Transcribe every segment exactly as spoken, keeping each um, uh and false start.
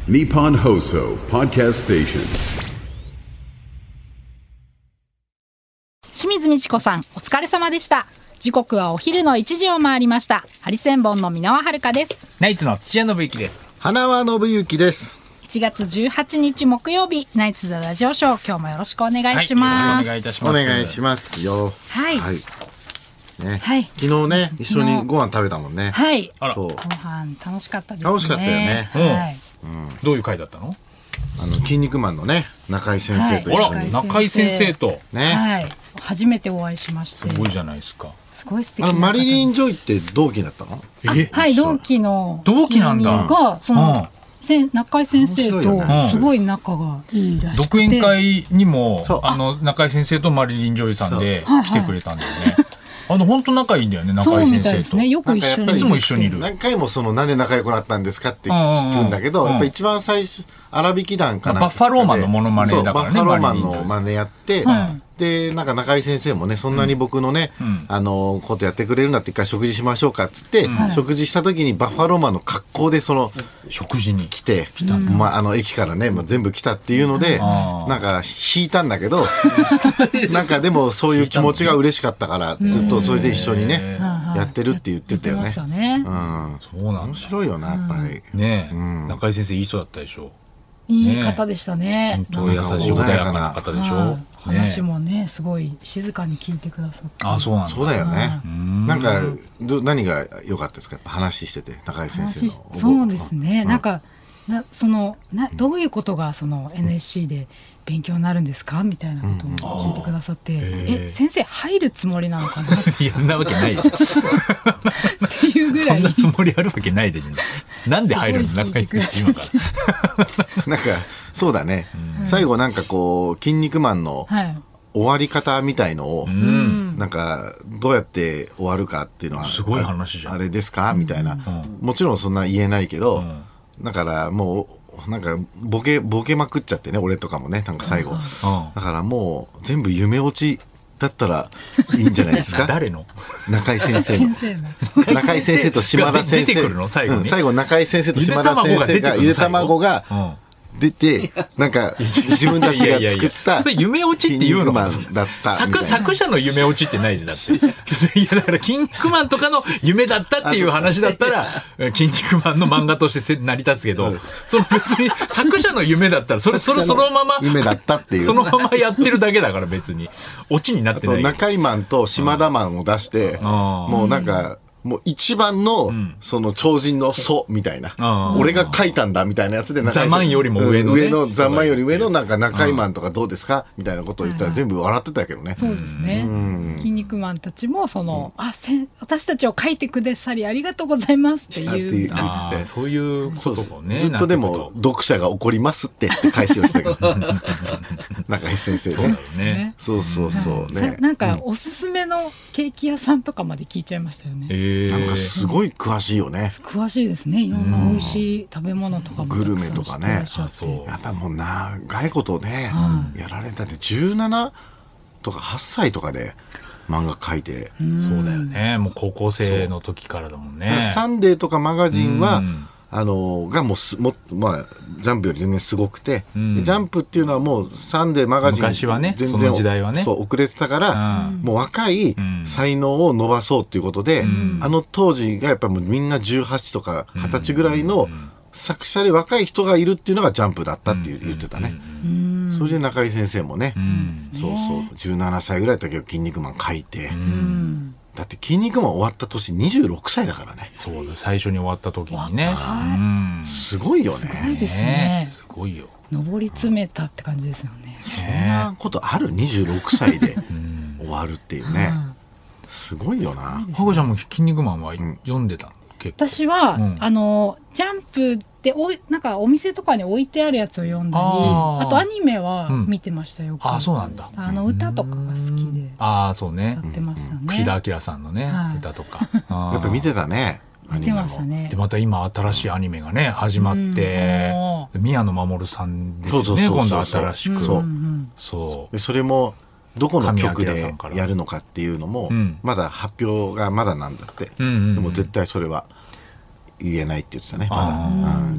Nippon Hoso Podcast Station。 清水美智子さん、お疲れ様でした。時刻はお昼のいちじを回りました。ハリセンボンの箕輪遥です。 ナイツの土屋信之です。 花輪信之です。 いちがつじゅうはちにち木曜日、ナイツザラジオショー、今日もよろしくお願いします。 はい、よろしくお願いいたします。 お願いしますよ。 はい、 はいねはい、 昨日ね一緒にご飯食べたもんね。 はい、 そうご飯楽しかったですね。 楽しかったよね、 はいうん、どういう回だったの？ あの筋肉マンのね中井先生と一緒に、 はい、中井先生とね、 はい、初めてお会いしまして。 すごいじゃないですか。 すごい素敵な方です。 あのマリリン・ジョイって同期だったの？ えはい、同期の同期なんだ。 がその、うん、中井先生とすごい仲がいいらしくて、 独演会にもあの中井先生とマリリン・ジョイさんで来てくれたんだよね。あの本当仲いいんだよね、中井先生と。そうみたいですね。よく一緒にいつも一緒にいる。 何回もそのなんで仲良くなったんですかって聞くんだけど、やっぱ一番最初荒引き団かな、 バッファローマンのモノマネだからね。 バッファローマンの真似やって、でなんか中井先生もねそんなに僕のね、うん、あのことやってくれるんだって一回食事しましょうかっつって、うん、食事した時にバッファローマンの格好でその食事に来て、うん、まあ、あの駅からね、まあ、全部来たっていうので、うん、なんか引いたんだけどなんかでもそういう気持ちが嬉しかったからずっとそれで一緒にねやってるって言ってたよね。 言ってましたね。 うん、そうなんだ。 面白いよなやっぱり、 うん、ねえ、うん、中井先生いい人だったでしょ。 いい方でしたね。 本当優しい穏やかな方でしょ。 話もねすごい静かに聞いてくださって。 あ、そうなんだ。 そうだよね。なんかど何が良かったですか？やっぱ話してて中井先生の。 そうですね。なんかなそのなどういうことがその エヌエスシー で勉強になるんですかみたいなことを聞いてくださって、うん、え先生入るつもりなのかなっていやんなわけないっていうぐらいそんなつもりあるわけないでなんで入るの中井先生今からなんかそうだね、うん、最後なんかこう筋肉マンの、はい、終わり方みたいのを、うん、なんかどうやって終わるかっていうのはすごい話じゃん。 あれですかみたいな、うん、もちろんそんな言えないけど、うん、だからもうなんかボケボケまくっちゃってね俺とかもねなんか最後、うん、だからもう全部夢落ちだったらいいんじゃないですか誰の中井先生の中井先生と島田先生出てくるの最後に、 うん、最後中井先生と島田先生がゆで卵が出てなんか自分たちが作った夢落ちっていうのだった作作者の夢落ちってないでだっていやだから筋肉マンとかの夢だったっていう話だったら筋肉マンの漫画として成り立つけど、その別に作者の夢だったらそれそれそのまま夢だったっていうそのままやってるだけだから別にオチになってない。 あと中井マンと島田マンを出して、うん、もうなんかもう一番の、うん、その超人の祖みたいな、俺が書いたんだみたいなやつでザマンよりも上の、ね、 上のザマンより上のなんか中井マンとかどうですかみたいなことを言ったら全部笑ってたけどね。 そうですね。筋肉マンたちもその、うん、あせ私たちを書いてくださりありがとうございますっていう。 あそういうこともね。 ずっとでも読者が怒りますってって返しをしたけど中井先生ね。 そうだよね。 そうそうそうね。 なんかおすすめのケーキ屋さんとかまで聞いちゃいましたよね。 えーなんかすごい詳しいよね。 詳しいですね。いろんな美味しい食べ物とかもグルメとかね。 そうやっぱもう長いことね、うん、やられたってじゅうななとかはっさいとかで漫画描いて、 うん、そうだよね。もう高校生の時からだもんね。 サンデーとかマガジンは、うんあのがもうすもまあジャンプより全然すごくて、うん、ジャンプっていうのはもうサンデーマガジン昔はね全然その時代はねそう遅れてたから、うん、もう若い才能を伸ばそうっていうことで、うん、あの当時がやっぱりみんなじゅうはちとかはたちぐらいの作者で若い人がいるっていうのがジャンプだったって言ってたね、うん、それで中井先生もね、うん、そうそうじゅうななさいぐらいだったけど筋肉マン書いて、うんだって筋肉マン終わった年にじゅうろくさいだからね。 そうだ最初に終わった時にね、 うん、すごいよね。 すごいですね。 すごいよ。 上り詰めたって感じですよね。 そんなことあるにじゅうろくさいで終わるっていうね、うん、すごいよな。 ハコちゃんも筋肉マンは読んでたの？結構私は、うん、あのジャンプでおなんかお店とかに置いてあるやつを読んだり あ, あとアニメは見てましたよ、うん、 あそうなんだ。 あの歌とかが好きでああそうね歌ってましたね。 串田明さんのね、はい、歌とかやっぱ見てたね。 見てましたね。 でまた今新しいアニメがね始まって宮野真守さんですよね今度新しく。 そうそうでそれもどこの局でやるのかっていうのも、うん、まだ発表がまだなんだって、うんうんうん、でも絶対それは言えないって言ってたねまだ、うんね、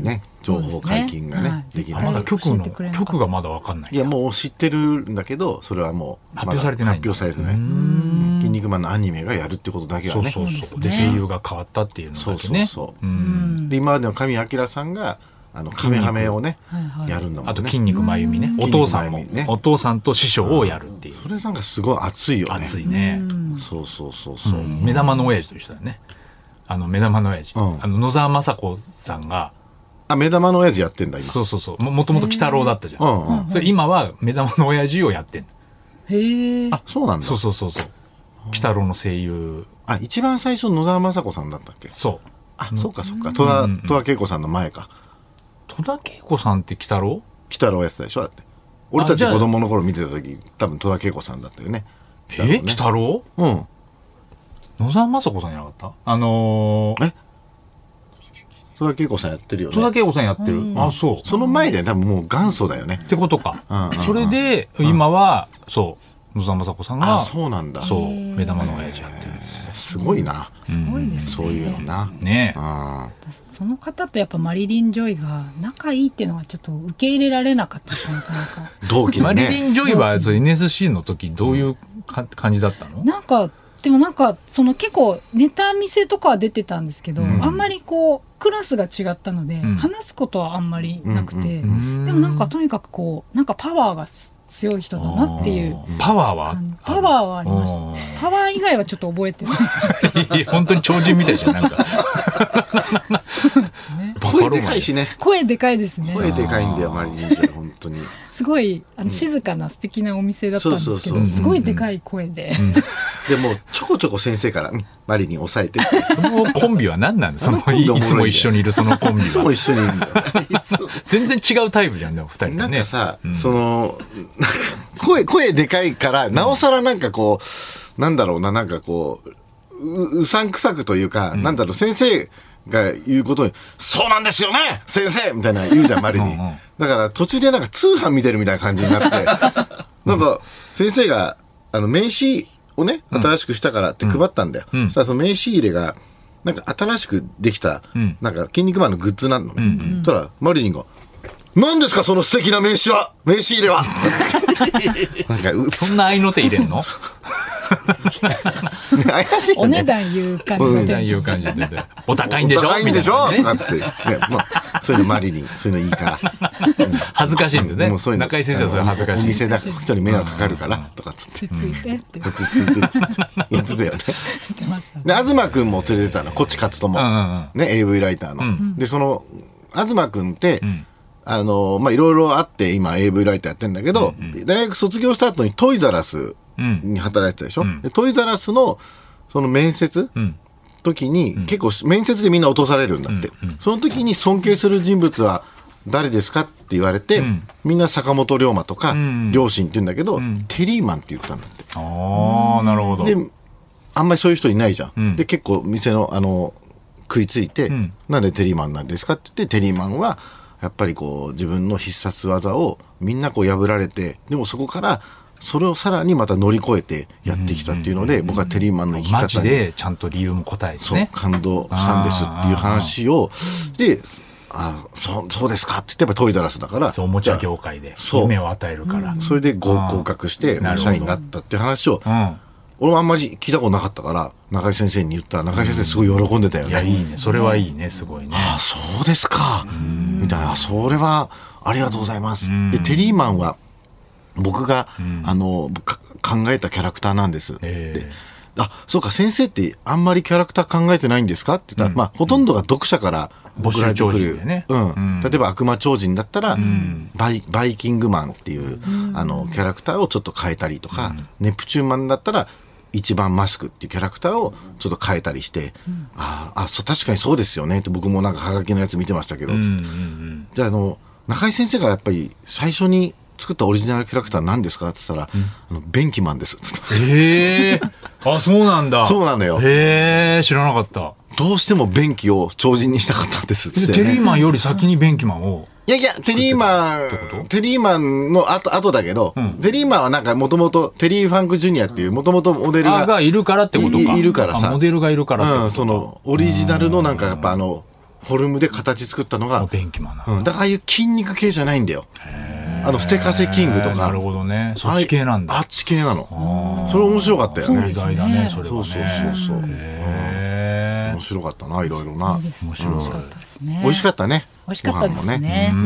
情報解禁がね、 はいできない。 あまだ局の教えてくれなかった局がまだわかんない。 いやもう知ってるんだけど、それはもう発表されてないんだ発表されてない。筋肉マンのアニメがやるってことだけはね。 そうそうそうそう。 ですねで声優が変わったっていうのそうそうだけね。 そう。 うんで今までの神谷明さんがあのカメハメをねはいはいやるんだもんね。 あと筋肉まゆみね。お父さんも筋肉まゆみねお父さんと師匠をやるっていう。 それなんかすごい熱いよね。 熱いね。 そうそうそうそう。 目玉の親父と一緒だよね。あの目玉の親父。 うんあの野沢雅子さんが。 あ、目玉の親父やってんだ今。 そうそうそう。ももともと鬼太郎だったじゃん。 うんうん。 それ今は目玉の親父をやってんの。 へえ。 あ、そうなんだ。 そうそうそうそう。鬼太郎の声優。 あ、一番最初野沢雅子さんだったっけ。 そう。 あ、そうかそうか。戸田戸田恵子さんの前か。 戸田恵子さんって鬼太郎？ 鬼太郎やってたでしょだって。俺たちじゃあ子供の頃見てた時、多分戸田恵子さんだったよね。 え鬼太郎？ うん。 野沢雅子さんじゃなかったあのー、 え戸田恵子さんやってるよね。 戸田恵子さんやってる、あそうその前で多分もう元祖だよねっ。てことか、 うんうんうんそれで今はそう野沢雅子さんがあ、そうなんだ。 そう目玉の親父やってるすごいな。 すごいですね。 そういうのな。 ねえあその方とやっぱマリリン・ジョイが仲いいっていうのがちょっと受け入れられなかったですなかなか。 同期マでね。 リリン・ジョイはそう エヌエスシー の時どういうか感じだったの？ なんかでもなんかその結構ネタ見せとかは出てたんですけど、 んあんまりこうクラスが違ったので、 ん話すことはあんまりなくて、 んでもなんかとにかくこうなんかパワーが強い人だなっていうパワーは感じ。パワーはありましおーた。パワー以外はちょっと覚えてないいや本当に超人みたいじゃんなんかですね。 声でかいしね。 声でかいですね。 声でかいんだよ、マリリン・ジョイ、本当に。 すごいあの静かな素敵なお店だったんですけそうそうそうど、すごいでかい声で。 でも、ちょこちょこ先生から、うんマリリン抑えて。 そのコンビは何なんですそのあのコンビおもろいんだよいつも一緒にいるそのコンビいつもは一緒にいるんだよ。いつも全然違うタイプじゃんでも二人ながねんかさ、その、なんか声、声でかいから、なおさらなんかこう、なんだろうな、なんかこう、う、うさんくさくというか、なんだろう、先生が言うことに、そうなんですよね先生みたいな言うじゃん、マリリン。 うんうんだから途中でなんか通販見てるみたいな感じになって、なんか先生が、あの、名刺をね、新しくしたからって配ったんだよ。そしたらその名刺入れが、なんか新しくできた、 んなんか筋肉マンのグッズなのね。そしたら、マリリンが、何ですかその素敵な名刺は名刺入れはなんかうそんな合いの手入れんの怪しいよね。 お値段言う感じのそうテンションいう感じでお高いんでしょ高いんでしょみたいなねとかって、ね、まあ、そういうのマリリン、そういうのいいから。 恥ずかしいんでねもうそういうの中井先生はそれ恥ずかしいお店だから人に迷惑かかるから、とかっつって。 つついてって落ち着いてっつってやってたよね。 言ってましたね。 で、東くんも連れてたの、こっち勝友。 うんうんうんね、エーブイ ライターの。で、その、東くんって、あの、まあ、いろいろあって、今 エーブイ ライターやってんだけど、大学卒業した後にトイザラスに働いてたでしょ。でトイザラスの、その面接、 ん時に、結構面接でみんな落とされるんだって。その時に尊敬する人物は誰ですかって言われて、みんな坂本龍馬とか、両親って言うんだけど、テリーマンって言ってたんだって。 ああなるほどで、あんまりそういう人いないじゃん。 んで、結構店の、あの、食いついて、 んなんでテリーマンなんですかって言って、テリーマンは、やっぱりこう、自分の必殺技をみんなこう破られて、でもそこから、それをさらにまた乗り越えてやってきたっていうので、僕はテリーマンの生きマジ方に、 でちゃんと理由も答えてそう、 ね感動したんですっていう話を、で、あそう、そうですかって言って、やっぱトイザラスだから、 そうおもちゃ業界でそう夢を与えるからそれで合合格して、 なるほど社員になったっていう話を、 うん俺もあんまり聞いたことなかったから、中井先生に言ったら、中井先生すごい喜んでたよね。 いやいいねそれはいいねすごいねあ、そうですか。みたいな、それはありがとうございます。で、テリーマンは、僕が、あの、か考えたキャラクターなんです。 えであ、そうか、先生ってあんまりキャラクター考えてないんですかって言ったら、まあ、ほとんどが読者から送られてく募集超人る。 でねうん。例えば、悪魔超人だったら、バイ、バイキングマンっていう、あの、キャラクターをちょっと変えたりとか、ネプチューンマンだったら、一番マスクっていうキャラクターをちょっと変えたりして、ああ、そう、確かにそうですよねって僕もなんかハガキのやつ見てましたけど、つってじゃあ、あの、中井先生がやっぱり最初に作ったオリジナルキャラクター何ですかって言ったら、あの、ベンキマンです。つってええあそうなんだそうなのよへえ知らなかったどうしてもベンキを超人にしたかったんです。つって、ね。 でテリーマンより先にベンキマンをいやいや、テリーマン、テリーマンの後、後だけど、テリーマンはなんかもともとテリー・ファンク・ジュニアっていうもともとモデルがあがいるからってことかいいるからさあモデルがいるからってことかうん、そのオリジナルのなんかやっぱあのフォルムで形作ったのが、 便器マンな、 うん、だからああいう筋肉系じゃないんだよ。あのステカセキングとか。 なるほどね。そっち系なんだ。 あっち系なの。それ面白かったよね。 意外だね、それはね。 そうそうそうそう。面白かったな、いろいろな。 面白かったですね。 美味しかったね。 美味しかったですね。 うん。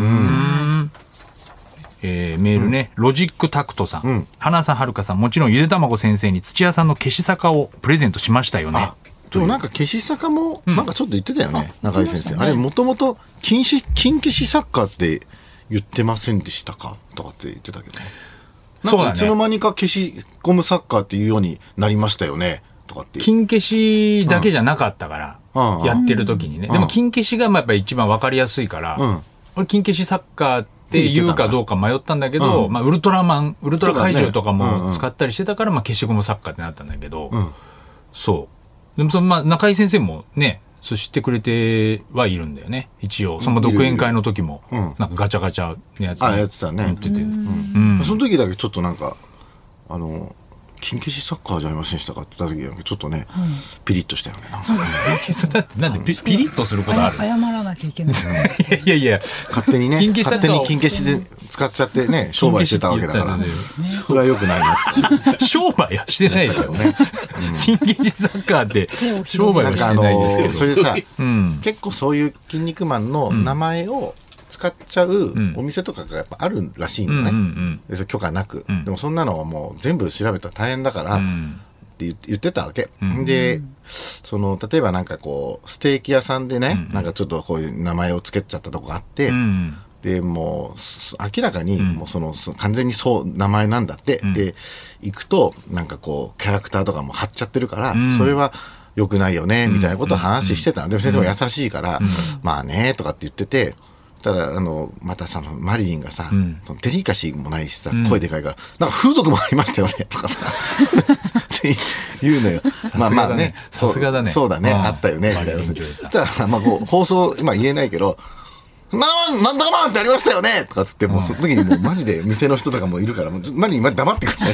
えー、メールね、うん、ロジックタクトさん、うん、花さん、はるかさん、もちろんゆでたまご先生に土屋さんの消し坂をプレゼントしましたよね。 でもなんか消し坂もなんかちょっと言ってたよね、うん、中井先生、ね、あれもともと金消しサッカーって言ってませんでしたかとかって言ってたけどね。なんかいつの間にか消しゴムサッカーっていうようになりましたよねとかって。 金消しだけじゃなかったから、うん、やってる時にね、うん、でも金消しがまあやっぱり一番わかりやすいから、うん、俺金消しサッカーって言うかどうか迷ったんだけど、うん、まあウルトラマンウルトラ怪獣とかも使ったりしてたから、まあ消しゴムサッカーってなったんだけど、うん、そうでもそのまあ中井先生もねそう知ってくれてはいるんだよね一応。その独演会の時もなんかガチャガチャのやつ、ね、 あやってたね。 やってて、 うんうん、その時だけちょっとなんかあの金消しサッカーじゃありませんでしたかって言った時だけちょっとね、うん、ピリッとしたよね。 なんで ピ, ピリッとすることある？ 謝らなきゃいけない。 いやいやいや勝手にね勝手に金消しで使っちゃってね商売してたわけだからそれは良くないなって。 商売はしてないですよね。金消しサッカーって商売はしてないですけど、 それでさ、うん、結構そういう筋肉マンの名前を使っちゃうお店とかがやっぱあるらしいのね、うんうんうん、許可なく、うん、でもそんなのはもう全部調べたら大変だから、うん、って言ってたわけ、うん、でその例えばなんかこうステーキ屋さんでね、うん、なんかちょっとこういう名前をつけちゃったとこがあって、うん、でもう明らかにもうその、その完全にそう名前なんだって、うん、で行くとなんかこうキャラクターとかも貼っちゃってるから、うん、それは良くないよねみたいなことを話してた、うん、でも先生も優しいから、うん、まあねとかって言ってて、ただあのまたさマリリンがさ、うん、そのデリカシーもないしさ、うん、声でかいからなんか風俗もありましたよねとかさって言うのよ。まあまあね、 さすがだね。 そうだね、あったよねみたいな。そしたらさ、まあこう放送今言えないけどななんだかまんってありましたよねとかつって、もうその時にもうマジで店の人とかもいるからもうマリリン黙ってくれ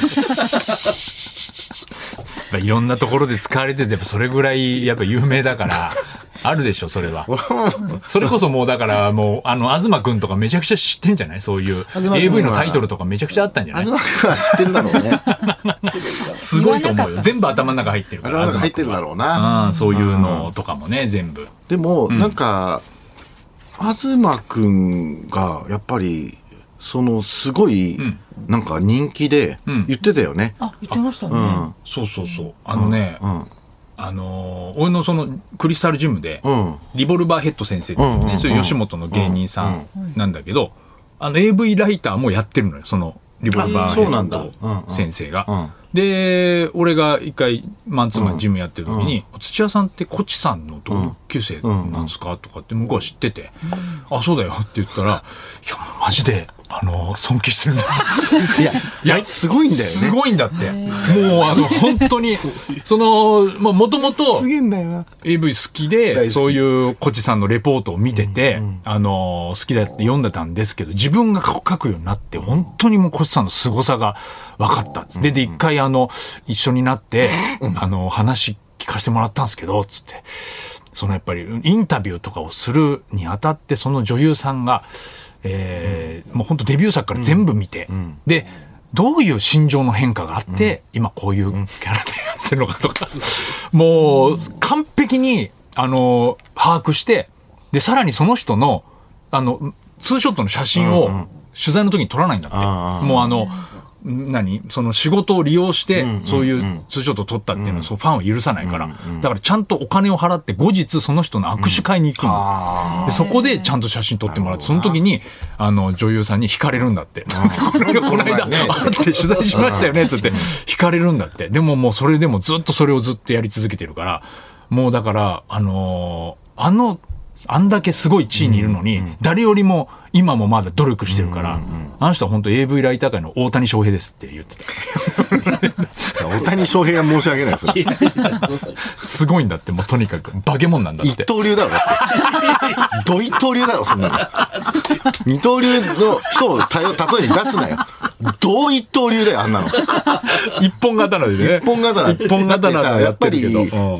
いろんなところで使われててそれぐらいやっぱ有名だからあるでしょそれは。それこそもうだからもうあの東くんとかめちゃくちゃ知ってんじゃない？そういう エーブイ のタイトルとかめちゃくちゃあったんじゃない？ 東くんは知ってるだろうね。 すごいと思うよ。全部頭の中入ってるから。 頭の中入ってるだろうな。 うん、そういうのとかもね全部。 でも、うん、なんか東くんがやっぱりそのすごいなんか人気で言ってたよね。 うん、あ言ってましたね。うん、 そうそうそうあのね。うんうんあのー、俺のそのクリスタルジムで、うん、リボルバーヘッド先生ってね、うんうん、そういう吉本の芸人さんなんだけど、うんうん、あの エーブイ ライターもやってるのよそのリボルバーヘッド先生が、うんうん、で俺が一回マンツーマンジムやってる時に、うん、土屋さんってコチさんの同級生なんですかとかって向こうは知ってて、うん、あそうだよって言ったらいやマジであの尊敬してるんですいやいやすごいんだよね。 すごいんだってもうあの本当にそのもともと エーブイ 好きでそういうコチさんのレポートを見てて、うんうん、あの好きだって読んでたんですけど自分が書くようになって本当にもうコチさんの凄さが分かったでで一回あの一緒になってあの話聞かせてもらったんですけどつってそのやっぱりインタビューとかをするにあたってその女優さんがえー、もう本当デビュー作から全部見て、うん、でどういう心情の変化があって、うん、今こういうキャラでやってるのかとか、うん、もう完璧にあの把握してでさらにその人のあのツーショットの写真を取材の時に撮らないんだって、うん、もうあの何その仕事を利用してそういうツーショットを撮ったっていうのはそのファンを許さないからだからちゃんとお金を払って後日その人の握手会に行くのでそこでちゃんと写真撮ってもらってその時にあの女優さんに惹かれるんだってこの間会って取材しましたよねっつって惹かれるんだってでももうそれでもずっとそれをずっとやり続けてるからもうだからあのー、あのあんだけすごい地位にいるのに、うんうん、誰よりも今もまだ努力してるから、うんうん、あの人は本当 エーブイ ライター界の大谷翔平ですって言ってた大谷翔平が申し訳ないですすごいんだってもうとにかく化け物なんだって一刀流だろってど一刀流だろそんなの二刀流の人を例えに出すなよどう一刀流だよあんなの一本刀でね一本刀一本刀でやってるけど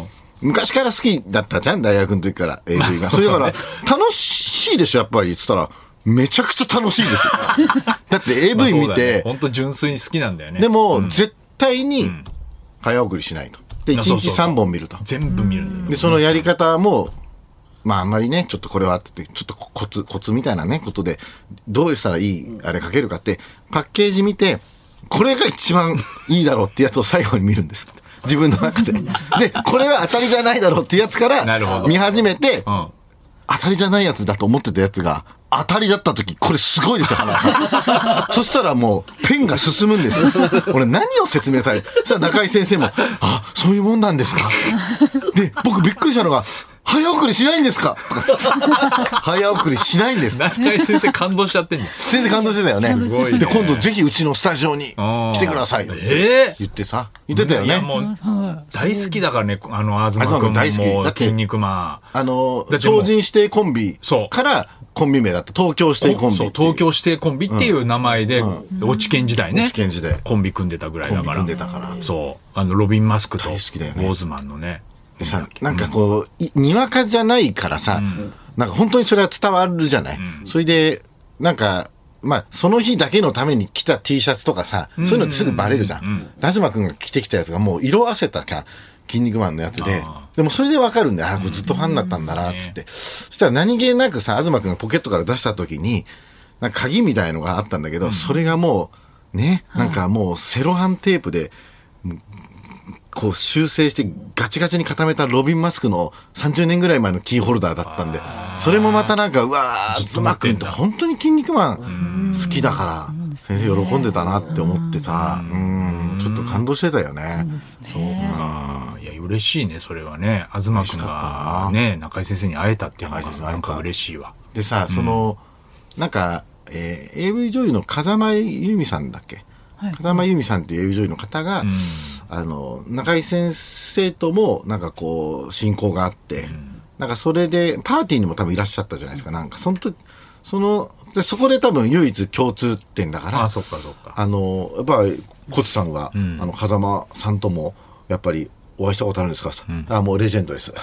昔から好きだったじゃん、大学の時から エーブイ が。それだから、楽しいでしょ、やっぱり。つったら、めちゃくちゃ楽しいですよ。だって エーブイ 見て、 本当純粋に好きなんだよね。 でも、絶対に早送りしないと。で、いちにちさんぼん見ると。 全部見るんだよ。 で、そのやり方も、まああんまりね、ちょっとこれはって、ちょっとコツ、コツみたいなね、ことで、どうしたらいい、あれかけるかって、パッケージ見て、これが一番いいだろうってやつを最後に見るんです。自分の中で。で、これは当たりじゃないだろうってやつから見始めて、うん、当たりじゃないやつだと思ってたやつが、当たりだった時、これすごいですよ、花さん。そしたらもう、ペンが進むんですよ。俺何を説明され、そしたら中井先生も、あ、そういうもんなんですか。で、僕びっくりしたのが、早送りしないんですか早送りしないんです。 中井先生感動しちゃってんじゃん。 先生感動してたよね。 すごいね。 で、今度ぜひうちのスタジオに来てください。 えー、 言ってさ、言ってたよね。いやもう大好きだからね、あの、東君大好き。だって筋肉マン。 あの、超人指定コンビからコンビ名だった。東京指定コンビ。そう、 東京指定コンビっていう名前で、落ち研時代ね。 落ち研時代。 コンビ組んでたぐらいだから。 組んでたから。 そう。あの、ロビン・マスクと、ウォーズマンのね。 でさ、なんかこう、にわかじゃないからさ、うん、なんか本当にそれは伝わるじゃない。うん、それで、なんか、まあ、その日だけのために着た T シャツとかさ、そういうのってすぐバレるじゃん。うん、東くんが着てきたやつがもう色あせたか、筋肉マンのやつで、でもそれでわかるんだよ。あれずっとファンだったんだな、つって。そしたら何気なくさ、東くんがポケットから出した時に、なんか鍵みたいのがあったんだけど、うん、それがもう、ね、なんかもうセロハンテープで、こう修正してガチガチに固めたロビン・マスクのさんじゅうねんぐらい前のキーホルダーだったんで、それもまたなんか、うわー、東くんって本当に筋肉マン好きだから、先生喜んでたなって思ってさ、うん、ちょっと感動してたよね。 そうか。いや、嬉しいね、それはね。東くんがね、中井先生に会えたっていうのはなんか嬉しいわ。 でさ、その、なんか、えー、エーブイ 女優の風間由美さんだっけ、はい、風間由美さんっていう エーブイ 女優の方が、うん、あの中井先生ともなんかこう親交があって、うん、なんかそれでパーティーにも多分いらっしゃったじゃないですか。なんかその時そのでそこで多分唯一共通点だから、 あ、そっかそっか、 あのやっぱりコツさんが、うん、あの風間さんともやっぱりお会いしたことあるんですか、うん、あ、もうレジェンドです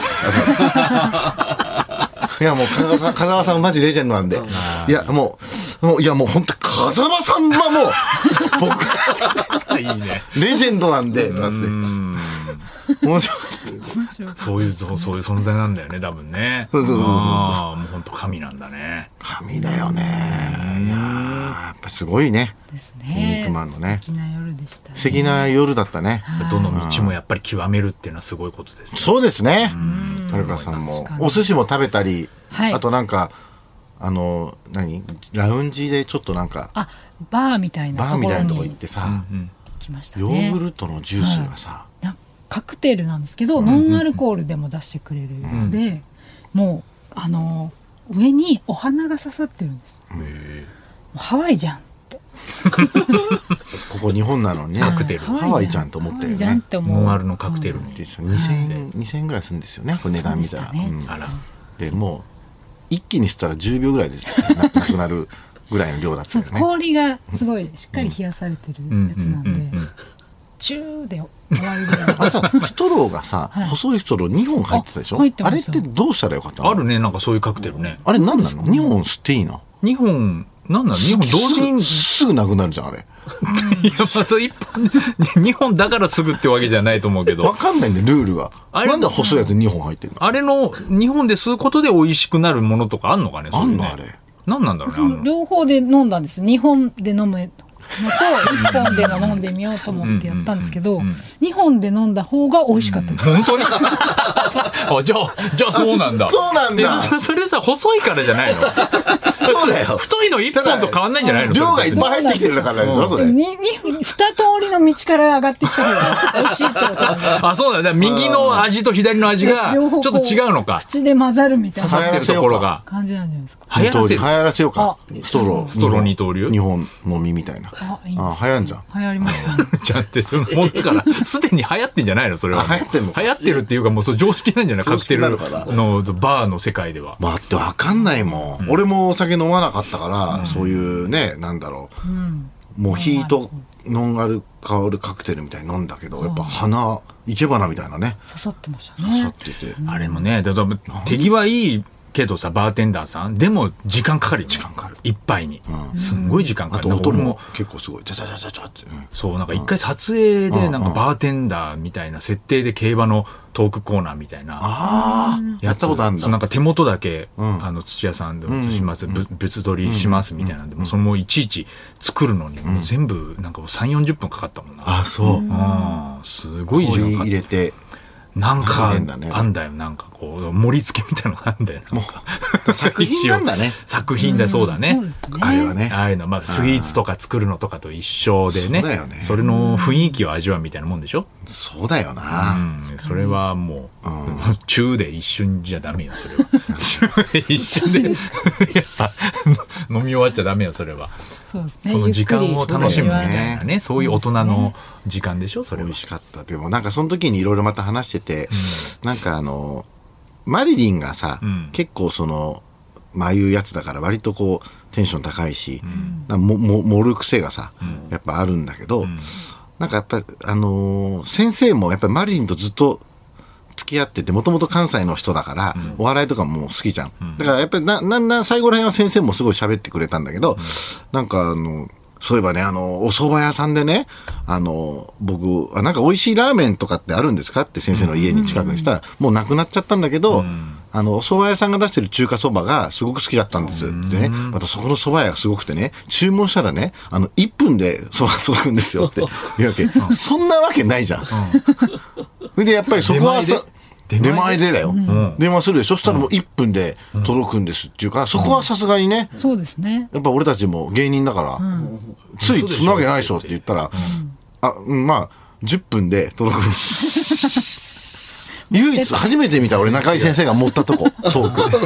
いやもう風間さん、風間さんマジレジェンドなんで、いやもう、もういやもう本当風間さんはもう僕いいね、レジェンドなんで、とかって面白い。 そういうそうそういう存在なんだよね、多分ね。 そうそうそうそう。 ああ、もう本当神なんだね。 神だよね。いややっぱすごいね。 ですね。 肉まんのね。 素敵な夜でしたね。 素敵な夜だったね。 どの道もやっぱり極めるっていうのはすごいことですね。 そうですね。豊川さんもお寿司も食べたり、あとなんかあの何ラウンジでちょっとなんかあバーみたいなところにバーみたいなとこ行ってさ、 来ましたね。 ヨーグルトのジュースがさ、 カクテルなんですけど、ノンアルコールでも出してくれるやつで、もうあの上にお花が刺さってるんです。もうハワイじゃんってここ日本なのにね、 カクテルハワイじゃんと思ったよね。 ノンアルのカクテルににせんえんぐらいするんですよね、これ値段見たら。あらでもう一気にしたらじゅうびょうぐらいでなくなるぐらいの量だったよね。 氷がすごいしっかり冷やされてるやつなんで、チューで終わるぐらい。 あれさ、ストローがさ、はい、細いストローにほん入ってたでしょ。 あ, あれってどうしたらよかったの？ あるね、なんかそういうカクテルね。 あれ何なの？にほん吸っていいの？ にほんなんなの？にほん同時にすぐなくなるじゃんあれ。 いや、まあそう一本にほんだからすぐってわけじゃないと思うけど。 わかんないんだよルールが。あれなんで細いやつにほん入ってんの？ あれのにほんで吸うことで美味しくなるものとかあんのかね？ あんのあれ。 なんなんだろうね。 両方で飲んだんです。にほんで飲むのといっぽんでも飲んでみようと思ってやったんですけど、にほんで飲んだ方が美味しかったです。 本当に？あ、じゃあじゃあそうなんだ。 そうなんだ。 それさ細いからじゃないの？ そうだよ。 太いのいっぽんと変わんないんじゃないの？ 量がいっぱい入ってきてるからでしょそれ。 に二通りの道から上がってきたから美味しいってことなんです。 あ、そうだね。右の味と左の味がちょっと違うのか。 口で混ざるみたいな刺さってるところが感じなんじゃないですか。 流行らせる。 流行らせようか。ストロー。 ストロー二刀流。 日本飲みみたいな。 あ、いいです。 あ、流行んじゃん。 流行りますね。 じゃあってそのもんだからすでに流行ってんじゃないのそれは。 流行ってんの？ 流行ってるっていうかもうそう常識なんじゃない？カクテルのバーの世界では。 まあってわかんないもん。俺もお酒飲まなかったからそういうねなんだろう。 モヒートノンアルコールカクテルみたいに飲んだけど、やっぱ鼻生け花みたいなね刺さってました刺さねってて、 あれもねだから手際いいけどさバーテンダーさんでも時間かかるよね。 時間かかる一杯に、すんごい時間かかる。 あと音も俺も結構すごいジャジャジャジャジャって、うん、 そうなんか一回撮影でなんかバーテンダーみたいな設定で競馬のトークコーナーみたいなああやったことあるんだ。 そうなんか手元だけ、 んあの土屋さんでもします、ぶ物撮りしますみたいなんで、もうそのもういちいち作るのにもう全部なんかさんじゅうよんじゅっぷんかかったもんな。 あそう、 うんすごい時間氷かかっ入れてなんか入れんだねあんだよなんかこう盛り付けみたいなのがあんだよなんか作品なんだね作品だそうだね、 そうですねあれはねああいうのまあスイーツとか作るのとかと一緒でね、 そうだよねそれの雰囲気を味わうみたいなもんでしょ。 そうだよな、 うん、それはもう、 うん中で一瞬じゃダメよそれは中で一瞬でやっぱ飲み終わっちゃダメよそれは。 そうですねその時間を楽しむみたいねなねそういう大人の時間でしょそれは。 美味しかった。でもなんかその時にいろいろまた話してて、なんかあのマリリンがさ、 うん結構そのまああいうやつだから割とこうテンション高いし、なんかもも盛る癖がさ、やっぱあるんだけど、なんかやっぱあのー先生もやっぱりマリリンとずっと付き合ってて、もともと関西の人だから、お笑いとかも好きじゃん、だからやっぱりななな最後らへんは先生もすごい喋ってくれたんだけど、なんかあのそういえばねあのお蕎麦屋さんでねあの僕あなんか美味しいラーメンとかってあるんですかって先生の家に近くにしたら、もうなくなっちゃったんだけど、あのお蕎麦屋さんが出してる中華そばがすごく好きだったんですでね、またそこの蕎麦屋がすごくてね、注文したらねあのいっぷんで蕎麦届くんですよって言うわけ、そんなわけないじゃん、それでやっぱりそこはさ出前で出前でだよ、電話するでそしたらもういっぷんで届くんですっていうから、そこはさすがにねそうですねやっぱ俺たちも芸人だから、ついそんなわけないでしょって言ったら、あうんまあじゅっぷんで届くんです唯一初めて見た俺中井先生が持ったとこトーク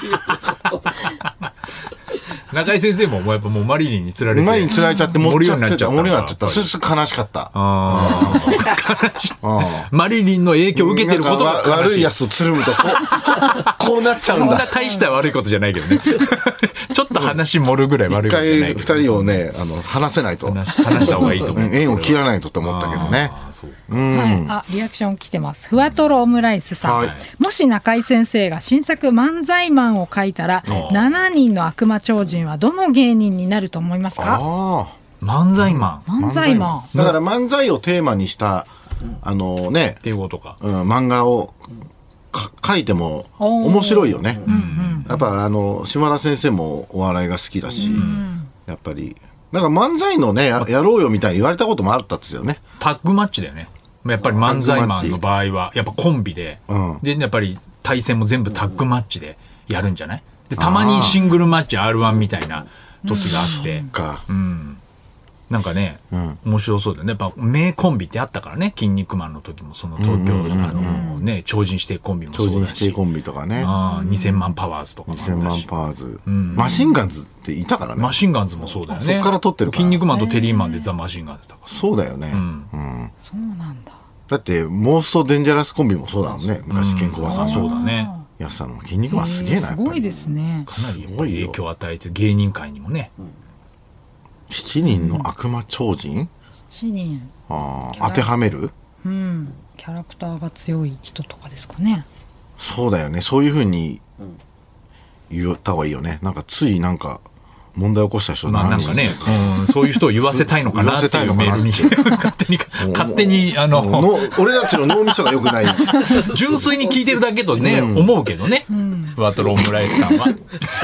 中井先生ももうやっぱもうマリリンに釣られて前に釣られちゃって持っちゃってた盛るようになっちゃった。そやっぱりれす悲しかった。 あー悲しいマリリンの影響を受けてることがなんかわ悲しい。 悪いやつとつるむとこうこうなっちゃうんだ。 そんな大した悪いことじゃないけどねちょっと話盛るぐらい悪い一ことじゃない回けど二人をねあの話せないと、 話話した方がいいと思う。 うん縁を切らないとって思ったけどね。 あーそうはい、あリアクション来てます。ふわとろオムライスさん、 はいもし中井先生が新作漫才マンを書いたらーしちにんの悪魔超人はどの芸人になると思いますか？ あ漫才マンっあ漫才マンだから漫才をテーマにしたあのね、 ていうことか。 うん、漫画をか書いてもおー面白いよね。やっぱあの島田先生もお笑いが好きだし、やっぱりなんか漫才のね や, やろうよみたいに言われたこともあったんですよね。 タッグマッチだよね。やっぱり漫才マンの場合はやっぱコンビで、 うんでやっぱり対戦も全部タッグマッチでやるんじゃない？でたまにシングルマッチ アールワン みたいな時があって、 か、 うん、なんかね、 ん面白そうだよね。やっぱ名コンビってあったからね。筋肉マンの時もその東京、あのね超人指定コンビも超人そうだし、 指定コンビとかね、 あーにせんまんパワーズとかもあったしにせんまんパワーズ、マシンガンズっていたからね。 マシンガンズもそうだよね。 そっから撮ってるから筋肉マンとテリーマンでザ・マシンガンズだから。 そうだよね、 んうんそうなんだ。 だってモーストデンジャラスコンビもそうだもんね。昔ケンコバさんそうがだね。 やってたの。筋肉マンすげえなやっぱり。 すごいですね。 かなりやっぱり影響を与えて芸人界にもね。 しちにんの悪魔超人、 しちにん、 あー当てはめる。 うん、キャラクターが強い人とかですかね。 そうだよね。そういう風に言った方がいいよね。なんかついなんか問題起こした人まあなんかね、うん、そういう人を言わせたいのかなっていうメールに勝手に勝手にあのの俺たちの脳みそが良くない純粋に聞いてるだけとね、思うけどね。ふわとろオムライスさんは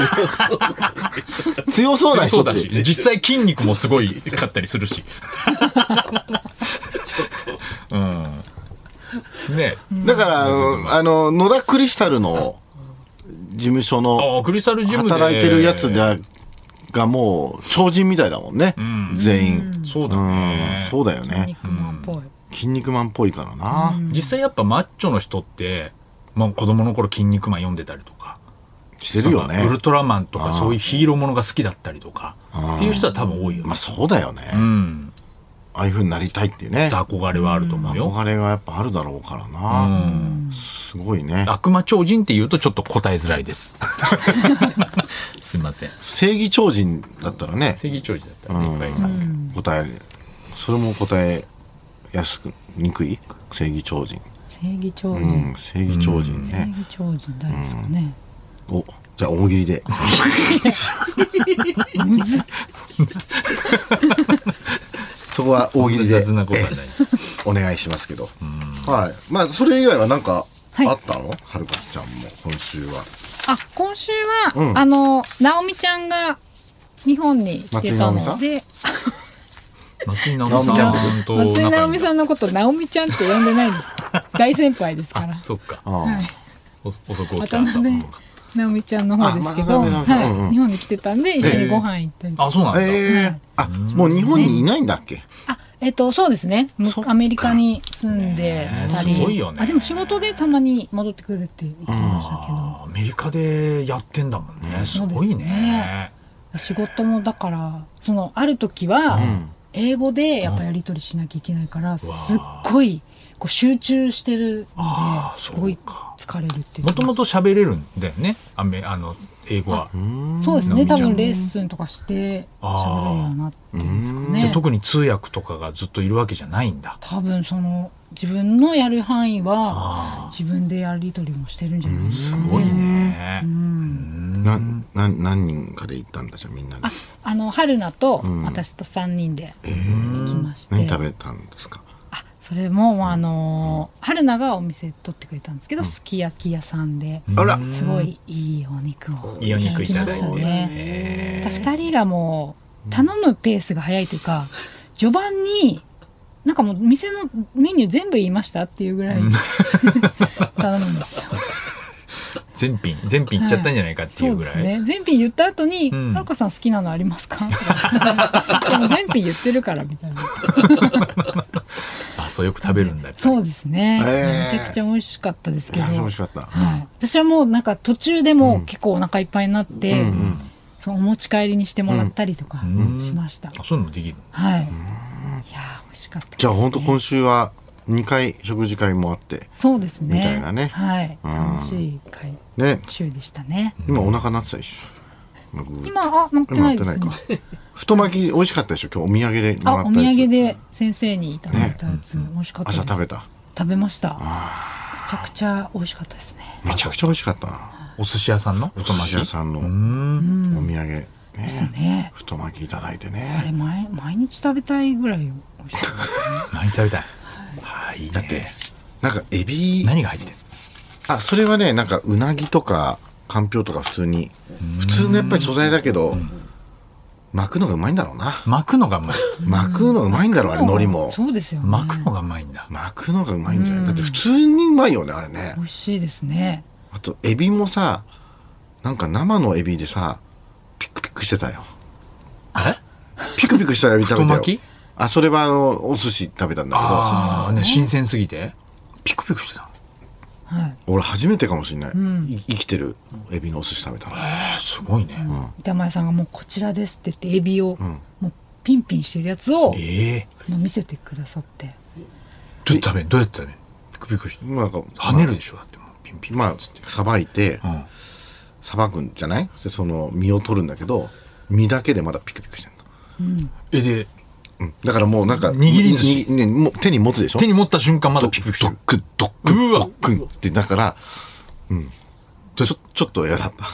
強そうな人ってそうだし、実際筋肉もすごいかったりするし。うんね、 だからあの野田クリスタルの事務所のあクリスタルジムで働いてるやつががもう超人みたいだもんね、全員。 そうだね。 そうだよね。 肉まんっぽい。 筋肉マンっぽいからな。 実際やっぱマッチョの人って、まあ、子供の頃筋肉マン読んでたりとかしてるよね。 ウルトラマンとかそういうヒーローものが好きだったりとかっていう人は多分多いよね。 まあそうだよね。 うん、 ああいう風になりたいっていうね。 憧れはあると思うよ。 憧れがやっぱあるだろうからな。すごいね。 悪魔超人って言うとちょっと答えづらいです。すいません。 正義超人だったらね、 正義超人だったらねいっぱいいますけど。 答えそれも答えやすくにくい正義超人。 正義超人、 うん、正義超人正ね、 義超人誰ですかね、 うん、おじゃあ大喜利でむずっそこは大喜利で雑なことはないお願いしますけど、はい。まあそれ以外は何かはいあったの？はるかちゃんも今週は。 あ今週は、 うんあの直美ちゃんが日本に来てたので松井直美さんと松井直美んさんのこと直美ちゃんって呼んでないです大先輩ですからそっかああ、 はいお遅く起きた渡辺直美ちゃんの方ですけど、 あ渡辺直美うんうんはい、日本に来てたんで一緒にご飯行ったりとか、 あそうなんだ、 ええはいあ、もう日本にいないんだっけ？ あえっとそうですねむそっかアメリカに住んでたり、 ねえすごいよねあでも仕事でたまに戻ってくるって言ってましたけど、 アメリカでやってんだもんね、すそうですごいねね。 仕事もだからそのある時はん英語でやっぱやり取りしなきゃいけないからすっごいこう集中してるのあーですごい疲れるっていうもともと喋れるんだよね、アメあの英語は。 そうですね多直美ちゃん分レッスンとかして喋れるようになってるんですかねじゃあ特に通訳とかがずっといるわけじゃないんだ。 多分その自分のやる範囲はあ自分でやり取りもしてるんじゃないですかね。 すごいね。 なな何人かで行ったんだじゃあみんなで。 あの春菜と私とさんにんで行きまして、 何食べたんですか？ あそれもあの春菜がお店取ってくれたんですけど、すき焼き屋さんであら、 すごいいいお肉をいいお肉いただいてましたね。ふたりがもう頼むペースが早いというか、序盤になんかもう店のメニュー全部言いましたっていうぐらい頼むんですよ。 全品全品いっちゃったんじゃないかっていうぐらい。 そうですね。全品言った後に、 うんはるかさん好きなのありますか？とかでも全品言ってるからみたいな。 あそうよく食べるんだやっぱりそうですね。 へーめちゃくちゃ美味しかったですけど。 いや美味しかった。 はい。私はもうなんか途中でもう結構お腹いっぱいになって、 うんうんそのお持ち帰りにしてもらったりとかうんしました。 あそういうのもできる。 はい。いやー美味しかったです、ね。 じゃあ本当今週はにかい食事会もあってそうですね。 みたいなねはい。 うん楽しい会ね。 週でしたね。 今お腹鳴ってたでしょ。なんか今あ乗ってないですね今鳴ってないか。太巻き美味しかったでしょ。今日お土産でもあおらったやつ。 土産で先生にいただいたやつ、美味しかったです。 朝食べた。 食べました。めちゃくちゃ美味しかったですね。 めちゃくちゃ美味しかったな。 お寿司屋さんのお寿司屋さんのお土うん産ですね。 ね。 太巻きいただいてあね。 れ毎毎日食べたいぐらい美味しかったですね。 何食べたい。はいいいね。 だってなんかエビ何が入ってる。 あそれはねなんかうなぎとかかんぴょうとか普通に普通のやっぱり素材だけど巻くのがうまいんだろうな。 巻くのがうまい。 巻くのがうまいんだろうあれ海苔も。 そうですよね。 巻くのがうまいんだ。 巻くのがうまいんじゃない。だって普通にうまいよねあれね美。味しいですね。 あとエビもさなんか生のエビでさピクピクしてたよ。 え？ ピクピクしたエビ食べたよ。 太巻き？ あそれはあのお寿司食べたんだけどああね新鮮すぎてピクピクしてた。 はい。 俺初めてかもしれない、 んい生きてるエビのお寿司食べたの。 えーすごいね。 板前さんがもうこちらですって言ってエビを、 んもうピンピンしてるやつをええもう見せてくださって。 どうやって食べどうやって食べピクピクしてなんか跳ねるでしょだってもうピンピン。 まあさばいてうんさばくんじゃないでその身を取るんだけど身だけでまだピクピクしてんの、 えでうん、だからもうなんか握り寿司ににねもう手に持つでしょ。 手に持った瞬間まだピクピクしてるドッ。クドックうわドックンってだからちょちょっと嫌だった。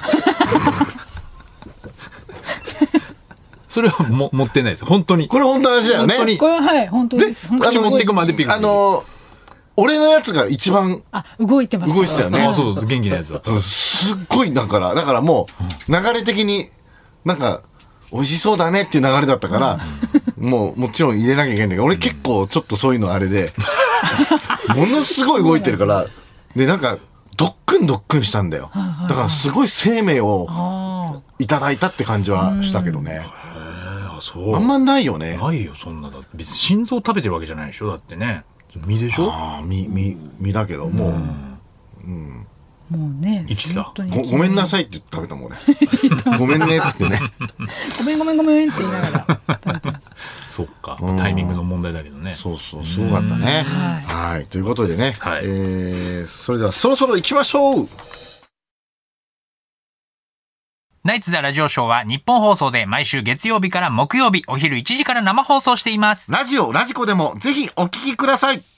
それはも持ってないです本当に。 これ本当の話だよね。 本当にこれははい本当です。本当に口持ってくまでピクピクあの俺のやつが一番あ動いてました。 動いてたよねあそう元気なやつだ。 うんすっごいだからだからもう流れ的になんか美味しそうだねっていう流れだったからもうもちろん入れなきゃいけないんだけど俺結構ちょっとそういうのあれでものすごい動いてるからでなんかドックンドックンしたんだよ。だからすごい生命をあいただいたって感じはしたけどね。 あそう。 あんまないよね。 ないよそんなだって別に心臓食べてるわけじゃないでしょだってね身でしょ。 ああ身身身だけどもうあもうね生きてた本当にごごめんなさいって言って食べたもん俺ごめんねっつってね。 ごめんごめんごめんって言いながら食べてました。 そっかタイミングの問題だけどね。 そうそうすごかったね。 はいはいということでね、 はいえーそれではそろそろ行きましょう。 ナイツザラジオショーは日本放送で毎週月曜日から木曜日お昼いちじから生放送しています。 ラジオラジコでもぜひお聞きください。